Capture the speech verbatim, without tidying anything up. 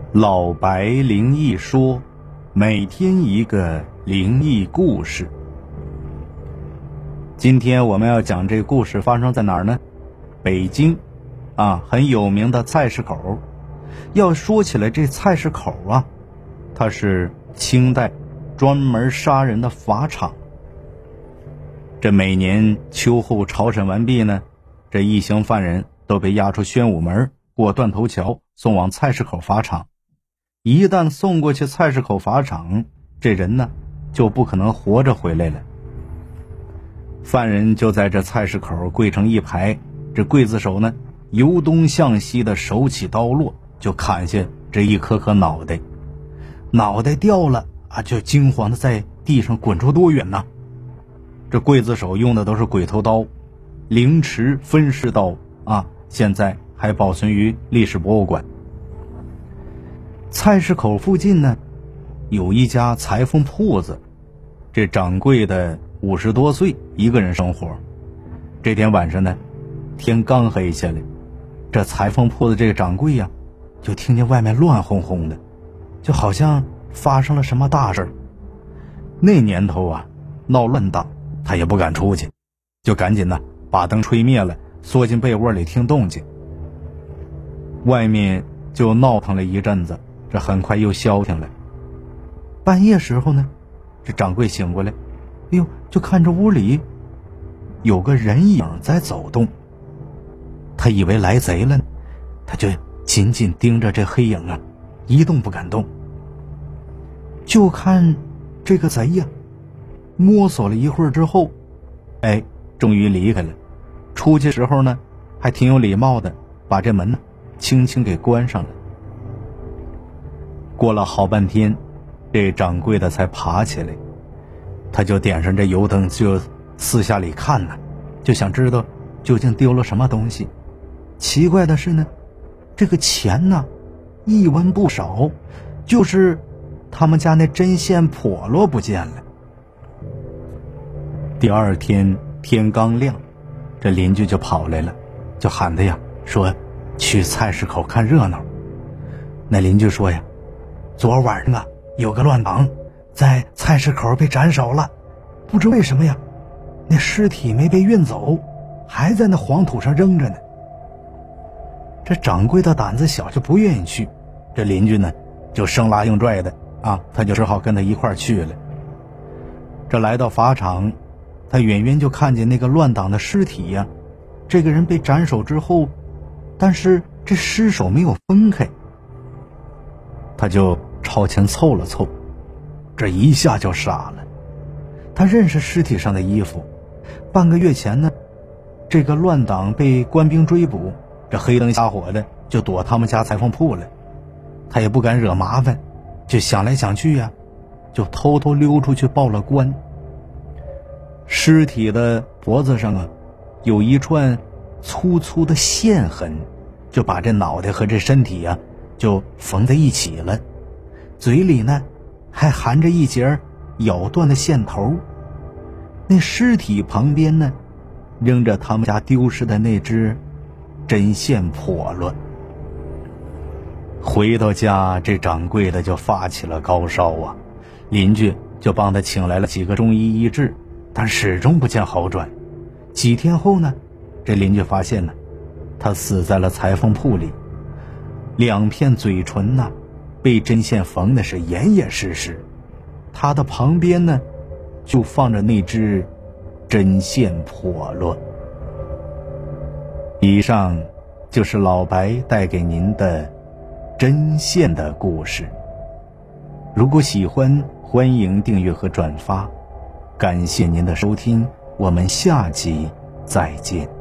老白灵异说，每天一个灵异故事。今天我们要讲这个故事发生在哪儿呢？北京啊，很有名的菜市口。要说起来，这菜市口啊，它是清代专门杀人的法场。这每年秋后朝审完毕呢，这一行犯人都被押出宣武门，过断头桥，送往菜市口法场。一旦送过去菜市口法场，这人呢就不可能活着回来了。犯人就在这菜市口跪成一排，这刽子手呢由东向西的手起刀落，就砍下这一颗颗脑袋。脑袋掉了啊，就惊慌的在地上滚出多远呢？这刽子手用的都是鬼头刀、凌迟分尸刀啊，现在还保存于历史博物馆。菜市口附近呢，有一家裁缝铺子，这掌柜的五十多岁，一个人生活。这天晚上呢，天刚黑下来，这裁缝铺子这个掌柜呀、啊，就听见外面乱哄哄的，就好像发生了什么大事。那年头啊，闹乱大，他也不敢出去，就赶紧呢把灯吹灭了，缩进被窝里听动静。外面就闹腾了一阵子，这很快又消停了。半夜时候呢，这掌柜醒过来，哎呦，就看着屋里有个人影在走动。他以为来贼了，他就紧紧盯着这黑影啊，一动不敢动。就看这个贼呀、啊，摸索了一会儿之后，哎，终于离开了。出去时候呢，还挺有礼貌的，把这门呢轻轻给关上了。过了好半天，这掌柜的才爬起来，他就点上这油灯，就四下里看呢，就想知道究竟丢了什么东西。奇怪的是呢，这个钱呢一文不少，就是他们家那针线笸箩不见了。第二天天刚亮，这邻居就跑来了，就喊他呀，说去菜市口看热闹。那邻居说呀，昨晚上啊有个乱党在菜市口被斩首了，不知为什么呀，那尸体没被运走，还在那黄土上扔着呢。这掌柜的胆子小，就不愿意去，这邻居呢就生拉硬拽的啊，他就只好跟他一块儿去了。这来到法场，他远远就看见那个乱党的尸体呀、啊，这个人被斩首之后，但是这尸首没有分开。他就朝前凑了凑，这一下就傻了。他认识尸体上的衣服，半个月前呢，这个乱党被官兵追捕，这黑灯瞎火的就躲他们家裁缝铺了。他也不敢惹麻烦，就想来想去呀、啊，就偷偷溜出去报了官。尸体的脖子上啊，有一串粗粗的线痕，就把这脑袋和这身体啊就缝在一起了。嘴里呢还含着一截咬断的线头。那尸体旁边呢扔着他们家丢失的那只针线笸箩。回到家，这掌柜的就发起了高烧啊，邻居就帮他请来了几个中医医治，但始终不见好转。几天后呢，这邻居发现呢，他死在了裁缝铺里，两片嘴唇呢被针线缝的是严严实实，他的旁边呢就放着那只针线笸箩。以上就是老白带给您的针线的故事。如果喜欢，欢迎订阅和转发。感谢您的收听，我们下集再见。